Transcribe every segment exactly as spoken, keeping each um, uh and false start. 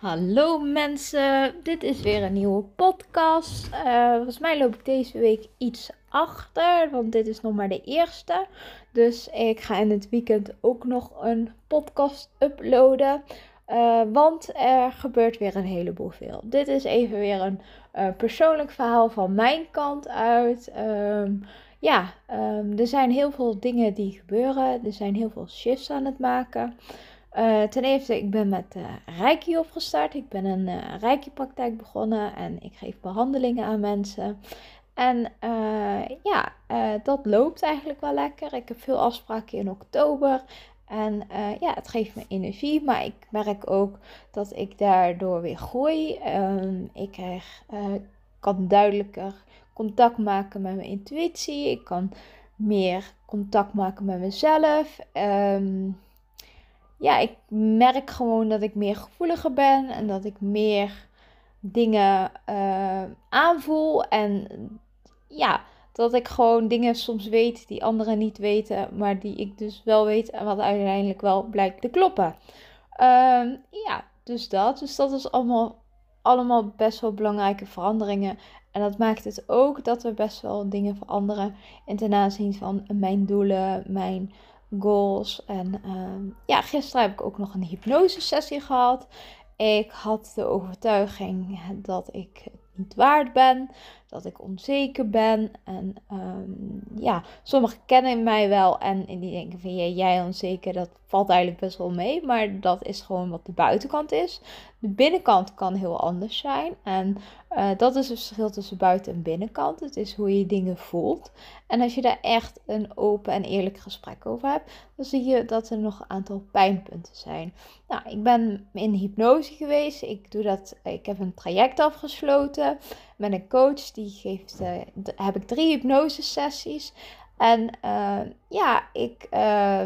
Hallo mensen, dit is weer een nieuwe podcast. Uh, volgens mij loop ik deze week iets achter, want dit is nog maar de eerste. Dus ik ga in het weekend ook nog een podcast uploaden, uh, want er gebeurt weer een heleboel veel. Dit is even weer een uh, persoonlijk verhaal van mijn kant uit. Um, ja, um, er zijn heel veel dingen die gebeuren, er zijn heel veel shifts aan het maken. Uh, ten eerste, ik ben met uh, Reiki opgestart. Ik ben een uh, Reiki-praktijk begonnen en ik geef behandelingen aan mensen. En uh, ja, uh, dat loopt eigenlijk wel lekker. Ik heb veel afspraken in oktober. En uh, ja, het geeft me energie, maar ik merk ook dat ik daardoor weer groei. Um, ik krijg, uh, kan duidelijker contact maken met mijn intuïtie. Ik kan meer contact maken met mezelf. Um, Ja, ik merk gewoon dat ik meer gevoeliger ben en dat ik meer dingen uh, aanvoel. En ja, dat ik gewoon dingen soms weet die anderen niet weten, maar die ik dus wel weet en wat uiteindelijk wel blijkt te kloppen. Uh, ja, dus dat. Dus dat is allemaal, allemaal best wel belangrijke veranderingen. En dat maakt het ook dat er best wel dingen veranderen in ten aanzien van mijn doelen, mijn goals. En uh, ja, gisteren heb ik ook nog een hypnose sessie gehad. Ik had de overtuiging dat ik het niet waard ben, dat ik onzeker ben. En um, ja, sommigen kennen mij wel en die denken van ja, jij onzeker, dat valt eigenlijk best wel mee. Maar dat is gewoon wat de buitenkant is. De binnenkant kan heel anders zijn. En uh, dat is het verschil tussen buiten en binnenkant. Het is hoe je dingen voelt. En als je daar echt een open en eerlijk gesprek over hebt, dan zie je dat er nog een aantal pijnpunten zijn. Nou, ik ben in hypnose geweest. Ik doe dat. Ik heb een traject afgesloten met een coach. Die geeft, uh, d- heb ik drie hypnose sessies. En uh, ja, ik uh,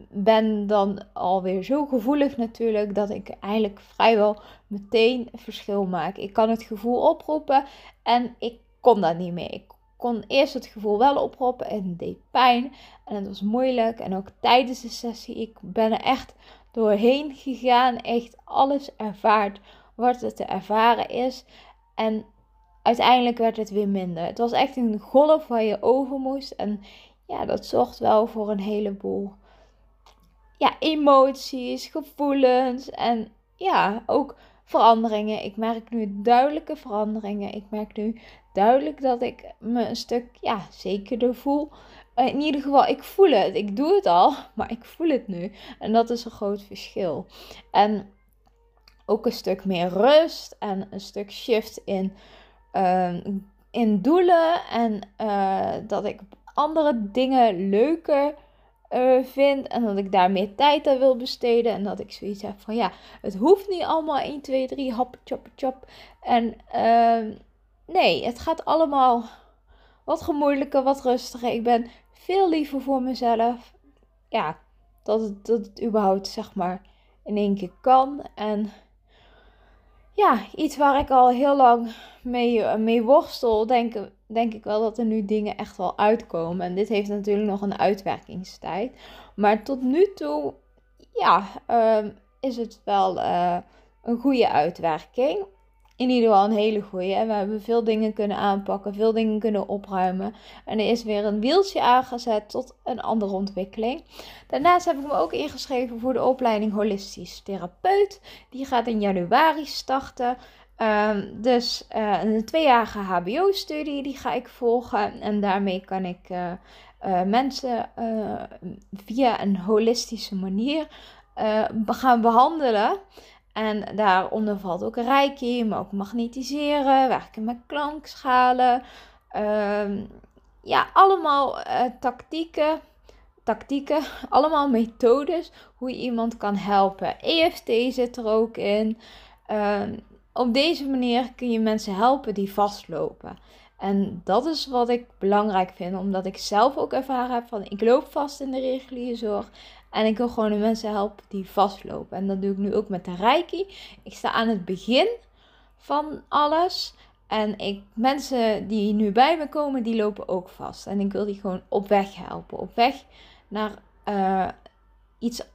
ben dan alweer zo gevoelig natuurlijk dat ik eigenlijk vrijwel meteen verschil maak. Ik kan het gevoel oproepen en ik kon dat niet meer. Ik kon eerst het gevoel wel oproepen en het deed pijn en het was moeilijk. En ook tijdens de sessie, ik ben er echt doorheen gegaan, echt alles ervaard wat er te ervaren is. En uiteindelijk werd het weer minder. Het was echt een golf waar je over moest. En ja, dat zorgt wel voor een heleboel ja, emoties, gevoelens en ja, ook veranderingen. Ik merk nu duidelijke veranderingen. Ik merk nu duidelijk dat ik me een stuk ja, zekerder voel. In ieder geval, ik voel het. Ik doe het al, maar ik voel het nu. En dat is een groot verschil. En ook een stuk meer rust en een stuk shift in, uh, in doelen. En uh, dat ik andere dingen leuker uh, vind. En dat ik daar meer tijd aan wil besteden. En dat ik zoiets heb van ja, het hoeft niet allemaal één, twee, drie, hap, chop, chop. En uh, nee, het gaat allemaal wat gemoedelijker, wat rustiger. Ik ben veel liever voor mezelf. Ja, dat het, dat het überhaupt zeg maar in één keer kan. En ja, iets waar ik al heel lang mee, mee worstel, denk, denk ik wel dat er nu dingen echt wel uitkomen. En dit heeft natuurlijk nog een uitwerkingstijd. Maar tot nu toe, ja, uh, is het wel uh, een goede uitwerking. In ieder geval een hele goede. En we hebben veel dingen kunnen aanpakken, veel dingen kunnen opruimen. En er is weer een wieltje aangezet tot een andere ontwikkeling. Daarnaast heb ik me ook ingeschreven voor de opleiding holistisch therapeut. Die gaat in januari starten. Um, dus uh, een tweejarige H B O-studie die ga ik volgen. En daarmee kan ik uh, uh, mensen uh, via een holistische manier uh, gaan behandelen. En daaronder valt ook reiki, maar ook magnetiseren, werken met klankschalen. Um, ja, allemaal uh, tactieken, tactieken, allemaal methodes hoe je iemand kan helpen. E F T zit er ook in. Um, op deze manier kun je mensen helpen die vastlopen. En dat is wat ik belangrijk vind, omdat ik zelf ook ervaren heb van ik loop vast in de reguliere zorg. En ik wil gewoon de mensen helpen die vastlopen. En dat doe ik nu ook met de Reiki. Ik sta aan het begin van alles. En ik, mensen die nu bij me komen, die lopen ook vast. En ik wil die gewoon op weg helpen. Op weg naar uh, iets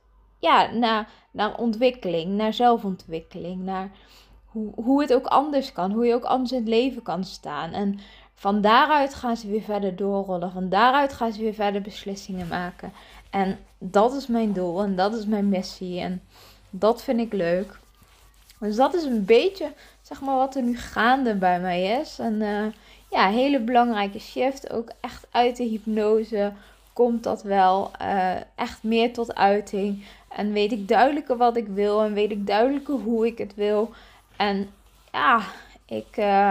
ja, naar, naar ontwikkeling, naar zelfontwikkeling, naar hoe, hoe het ook anders kan, hoe je ook anders in het leven kan staan. En van daaruit gaan ze weer verder doorrollen, van daaruit gaan ze weer verder beslissingen maken. En dat is mijn doel en dat is mijn missie en dat vind ik leuk. Dus dat is een beetje, zeg maar, wat er nu gaande bij mij is. En uh, ja, hele belangrijke shift. Ook echt uit de hypnose komt dat wel uh, echt meer tot uiting. En weet ik duidelijker wat ik wil en weet ik duidelijker hoe ik het wil. En ja, ik, uh,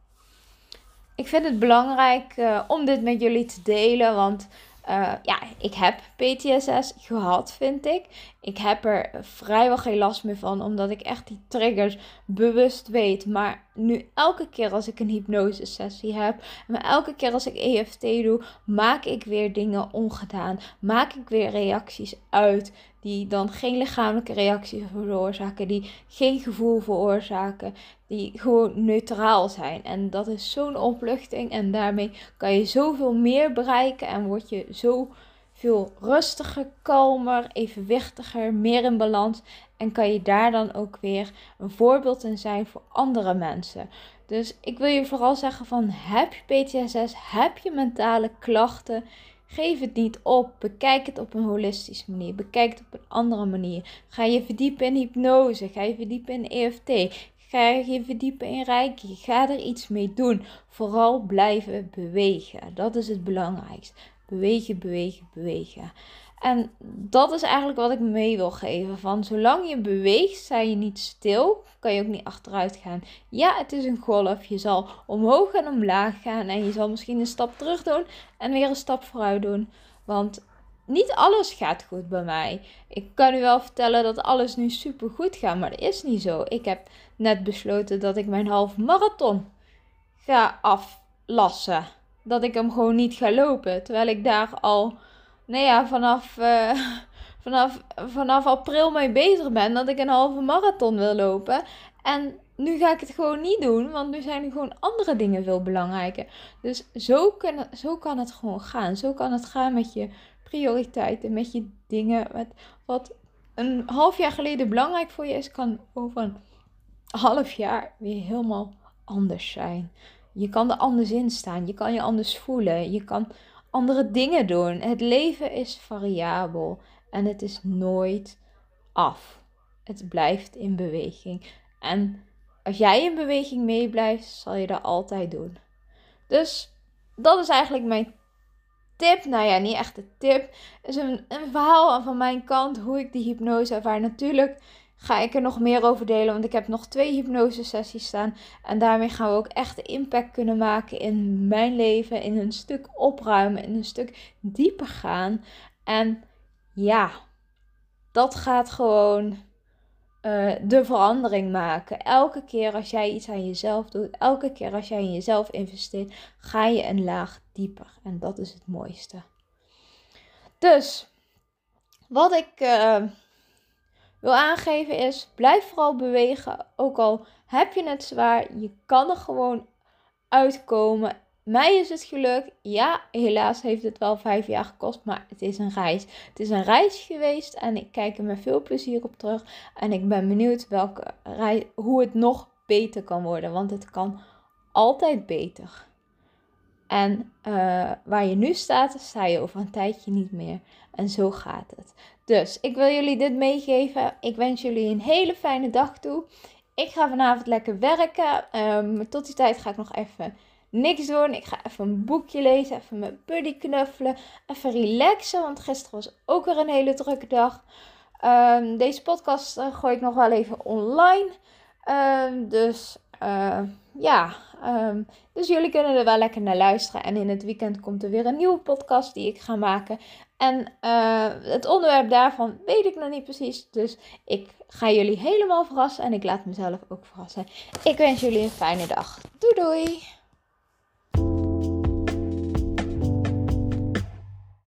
ik vind het belangrijk uh, om dit met jullie te delen, want Uh, ja, ik heb P T S S gehad, vind ik. Ik heb er vrijwel geen last meer van, omdat ik echt die triggers bewust weet. Maar nu elke keer als ik een hypnosesessie heb, maar elke keer als ik E F T doe, maak ik weer dingen ongedaan. Maak ik weer reacties uit die dan geen lichamelijke reacties veroorzaken, die geen gevoel veroorzaken, die gewoon neutraal zijn. En dat is zo'n opluchting en daarmee kan je zoveel meer bereiken en word je zo veel rustiger, kalmer, evenwichtiger, meer in balans. En kan je daar dan ook weer een voorbeeld in zijn voor andere mensen. Dus ik wil je vooral zeggen van, heb je P T S S, heb je mentale klachten, geef het niet op. Bekijk het op een holistische manier. Bekijk het op een andere manier. Ga je verdiepen in hypnose. Ga je verdiepen in E F T. Ga je verdiepen in Reiki. Ga er iets mee doen. Vooral blijven bewegen. Dat is het belangrijkste. Bewegen, bewegen, bewegen. En dat is eigenlijk wat ik mee wil geven. Van zolang je beweegt, sta je niet stil. Kan je ook niet achteruit gaan. Ja, het is een golf. Je zal omhoog en omlaag gaan. En je zal misschien een stap terug doen. En weer een stap vooruit doen. Want niet alles gaat goed bij mij. Ik kan u wel vertellen dat alles nu super goed gaat. Maar dat is niet zo. Ik heb net besloten dat ik mijn halve marathon ga aflassen. Dat ik hem gewoon niet ga lopen. Terwijl ik daar al, nou ja, vanaf, uh, vanaf, vanaf april mee bezig ben. Dat ik een halve marathon wil lopen. En nu ga ik het gewoon niet doen. Want nu zijn er gewoon andere dingen veel belangrijker. Dus zo, kunnen, zo kan het gewoon gaan. Zo kan het gaan met je prioriteiten. Met je dingen. Met wat een half jaar geleden belangrijk voor je is. Kan over een half jaar weer helemaal anders zijn. Je kan er anders in staan. Je kan je anders voelen. Je kan andere dingen doen. Het leven is variabel. En het is nooit af. Het blijft in beweging. En als jij in beweging mee blijft, zal je dat altijd doen. Dus dat is eigenlijk mijn tip. Nou ja, niet echt een tip. Het is een, een verhaal van mijn kant. Hoe ik die hypnose ervaar. Natuurlijk ga ik er nog meer over delen. Want ik heb nog twee hypnosesessies staan. En daarmee gaan we ook echt impact kunnen maken in mijn leven. In een stuk opruimen. In een stuk dieper gaan. En ja, dat gaat gewoon uh, de verandering maken. Elke keer als jij iets aan jezelf doet. Elke keer als jij in jezelf investeert. Ga je een laag dieper. En dat is het mooiste. Dus, wat ik Uh, wil aangeven is, blijf vooral bewegen. Ook al heb je het zwaar, je kan er gewoon uitkomen. Mij is het gelukt. Ja, helaas heeft het wel vijf jaar gekost, maar het is een reis. Het is een reis geweest en ik kijk er met veel plezier op terug. En ik ben benieuwd welke reis, hoe het nog beter kan worden, want het kan altijd beter. En uh, waar je nu staat, sta je over een tijdje niet meer. En zo gaat het. Dus ik wil jullie dit meegeven. Ik wens jullie een hele fijne dag toe. Ik ga vanavond lekker werken. Um, tot die tijd ga ik nog even niks doen. Ik ga even een boekje lezen. Even met Buddy knuffelen. Even relaxen. Want gisteren was ook weer een hele drukke dag. Um, deze podcast uh, gooi ik nog wel even online. Um, dus uh, ja... Um, dus jullie kunnen er wel lekker naar luisteren. En in het weekend komt er weer een nieuwe podcast die ik ga maken. En uh, het onderwerp daarvan weet ik nog niet precies. Dus ik ga jullie helemaal verrassen. En ik laat mezelf ook verrassen. Ik wens jullie een fijne dag. Doei doei!